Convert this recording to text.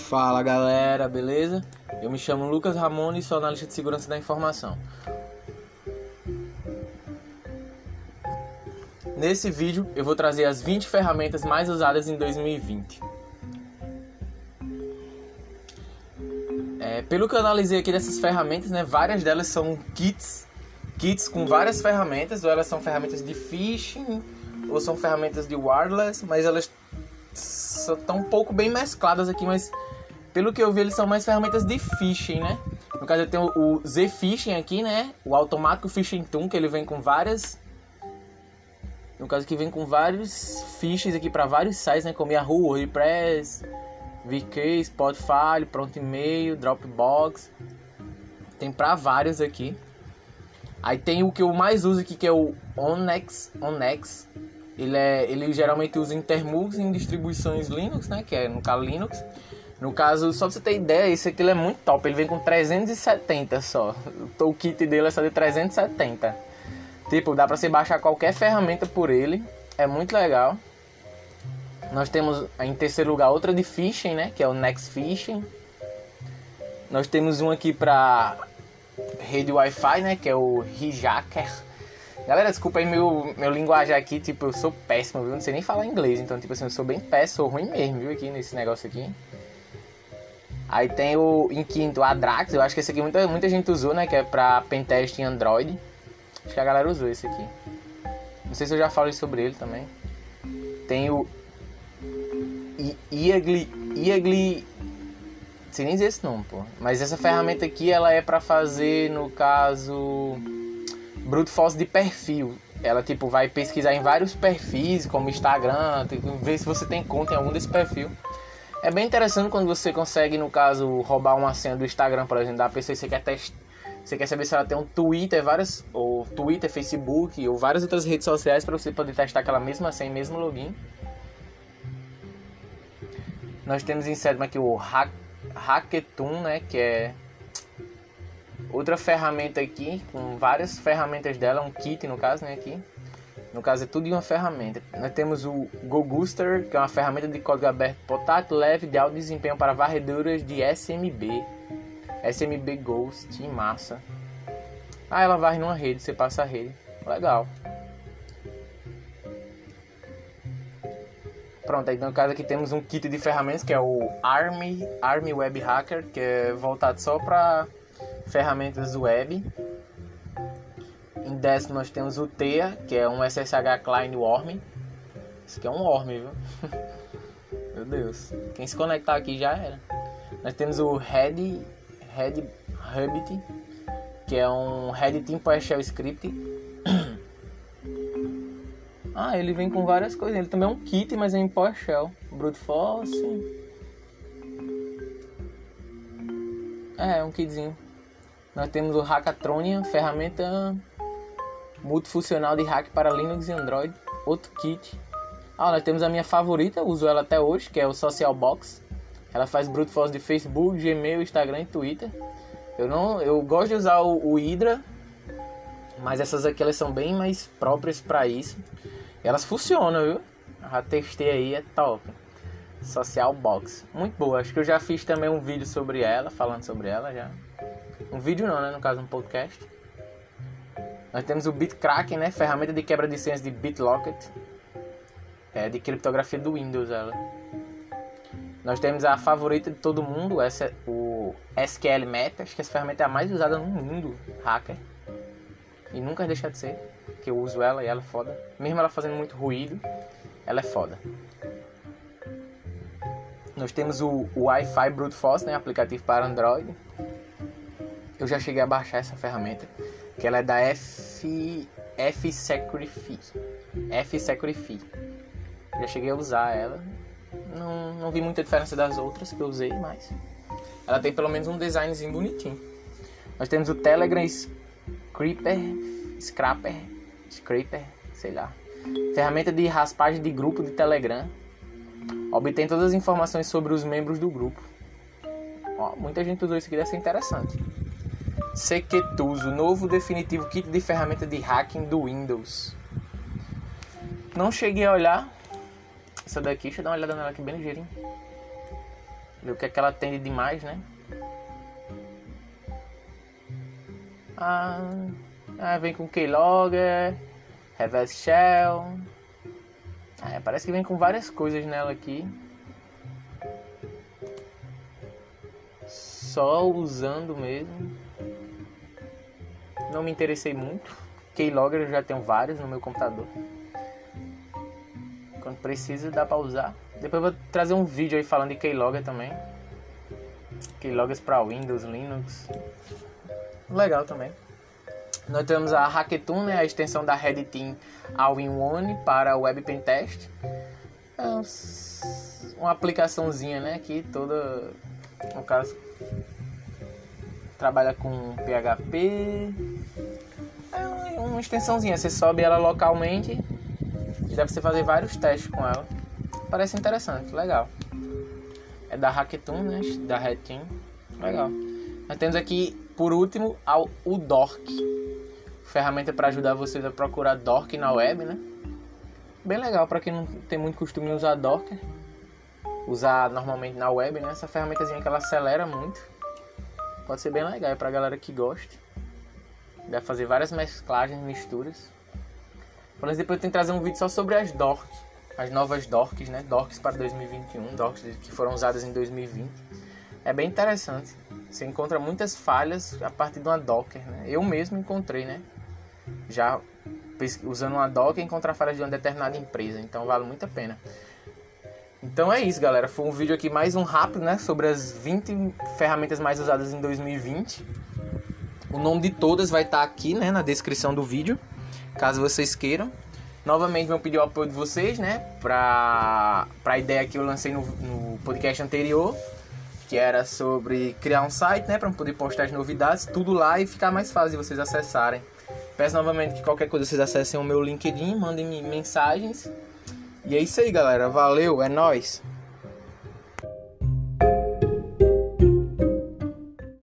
Fala galera, beleza? Eu me chamo Lucas Ramon e sou analista de segurança da informação. Nesse vídeo eu vou trazer as 20 ferramentas mais usadas em 2020. Pelo que eu analisei aqui dessas ferramentas, várias delas são kits com várias ferramentas, ou elas são ferramentas de phishing, ou são ferramentas de wireless, mas elas estão um pouco bem mescladas aqui, mas pelo que eu vi eles são mais ferramentas de phishing, né? No caso eu tenho o Z-Phishing aqui, né? O automático phishing tool, que ele vem com várias... No caso que vem com vários phishings aqui para vários sites, né? Como Yahoo, WordPress, VK, Spotify, Pronto E-mail, Dropbox. Tem para vários aqui. Aí tem o que eu mais uso aqui, que é o Onyx. Ele geralmente usa Intermux em distribuições Linux, né? Que é no caso Linux. No caso, só pra você ter ideia, esse aqui ele é muito top. Ele vem com 370 só. O kit dele é só de 370. Tipo, dá pra você baixar qualquer ferramenta por ele. É muito legal. Nós temos em terceiro lugar outra de phishing, né? Que é o Next Phishing. Nós temos um aqui pra rede Wi-Fi, né? Que é o Hijacker. Galera, desculpa aí meu linguajar aqui. Tipo, eu sou péssimo, viu? Não sei nem falar inglês. Então, tipo assim, eu sou bem péssimo, sou ruim mesmo, viu? Aqui nesse negócio aqui. Aí tem em quinto, a Drax. Eu acho que esse aqui muita gente usou, né? Que é pra pentest em Android. Acho que a galera usou esse aqui. Não sei se eu já falei sobre ele também. Tem o Eagly. Não sei nem dizer esse nome, pô. Mas essa ferramenta aqui, ela é pra fazer, no caso, brute force de perfil. Ela, tipo, vai pesquisar em vários perfis, como Instagram, ver se você tem conta em algum desse perfil. É bem interessante quando você consegue, no caso, roubar uma senha do Instagram, por exemplo, da pessoa que você quer saber se ela tem um Twitter, ou Twitter, Facebook, ou várias outras redes sociais para você poder testar aquela mesma senha, mesmo login. Nós temos em sétimo aqui o Hackathon, né, que é outra ferramenta aqui, com várias ferramentas dela, um kit no caso, né, aqui. No caso é tudo em uma ferramenta. Nós temos o GoGooster, que é uma ferramenta de código aberto portátil leve de alto desempenho para varreduras de SMB. SMB Ghost, em massa. Ela varre numa rede, você passa a rede. Legal. Pronto, aí no caso aqui temos um kit de ferramentas que é o Army Web Hacker, que é voltado só para ferramentas web. Em décimo nós temos o TEA, que é um SSH Client Worm. Isso aqui é um worm, viu? Meu Deus. Quem se conectar aqui já era. Nós temos o Red Rabbit, que é um Red Team PowerShell Script. Ele vem com várias coisas. Ele também é um kit, mas é em PowerShell. Brute Force. É um kitzinho. Nós temos o Hackathonian, ferramenta multifuncional de hack para Linux e Android. Outro kit. Nós temos a minha favorita, uso ela até hoje, que é o Social Box. Ela faz brute force de Facebook, Gmail, Instagram e Twitter. Eu gosto de usar o Hydra, mas essas aqui elas são bem mais próprias para isso. E elas funcionam, viu? Já testei aí, é top. Social Box, muito boa. Acho que eu já fiz também um vídeo sobre ela, falando sobre ela já. Um vídeo não, né? No caso um podcast. Nós temos o BitKraken, né? Ferramenta de quebra de senhas de BitLocker. É de criptografia do Windows ela. Nós temos a favorita de todo mundo, o SQL Meta. Acho que essa ferramenta é a mais usada no mundo, hacker. E nunca deixa de ser, que eu uso ela e ela é foda. Mesmo ela fazendo muito ruído, ela é foda. Nós temos o Wi-Fi Brute Force, né? Aplicativo para Android. Eu já cheguei a baixar essa ferramenta, que ela é da F-Security. Já cheguei a usar ela. Não vi muita diferença das outras que eu usei, mas ela tem pelo menos um designzinho bonitinho. Nós temos o Telegram Scraper, sei lá. Ferramenta de raspagem de grupo de Telegram. Obtém todas as informações sobre os membros do grupo. Muita gente usou isso aqui, deve ser interessante. Sectools, o novo definitivo kit de ferramenta de hacking do Windows. Não cheguei a olhar essa daqui, deixa eu dar uma olhada nela aqui bem ligeirinho. Ver o que é que ela tem de demais, né? Vem com Keylogger, Reverse Shell. Parece que vem com várias coisas nela aqui. Só usando mesmo. Não me interessei muito. Keylogger eu já tenho vários no meu computador. Quando precisa dá pra usar. Depois eu vou trazer um vídeo aí falando de Keylogger também. Keyloggers para Windows, Linux. Legal também. Nós temos a Hackathon, né, a extensão da Red Team All-in-One para o Web Pen Test. É uma aplicaçãozinha, né, que toda, no caso, trabalha com PHP. É uma extensãozinha, você sobe ela localmente e dá pra você fazer vários testes com ela. Parece interessante, legal. É da Hackathon, né, da Red Team. Legal. Nós temos aqui, por último, o Dork. Ferramenta para ajudar vocês a procurar Dork na web, né? Bem legal para quem não tem muito costume em usar Docker. Usar normalmente na web, né? Essa ferramentazinha que ela acelera muito. Pode ser bem legal para galera que gosta. Dá pra fazer várias mesclagens, misturas. Por exemplo, eu tenho que trazer um vídeo só sobre as Dorks. As novas Dorks, né? Dorks para 2021. Dorks que foram usadas em 2020. É bem interessante. Você encontra muitas falhas a partir de uma Docker, né? Eu mesmo encontrei, né? Já usando uma Docker, encontrar falhas de uma determinada empresa. Então vale muito a pena. Então é isso, galera. Foi um vídeo aqui mais um rápido, né? Sobre as 20 ferramentas mais usadas em 2020. O nome de todas vai estar aqui, né? Na descrição do vídeo. Caso vocês queiram. Novamente vou pedir o apoio de vocês, né? Pra ideia que eu lancei no podcast anterior. Que era sobre criar um site, né? Para poder postar as novidades. Tudo lá e ficar mais fácil de vocês acessarem. Peço novamente que qualquer coisa vocês acessem o meu LinkedIn. Mandem mensagens. E é isso aí, galera. Valeu, é nóis.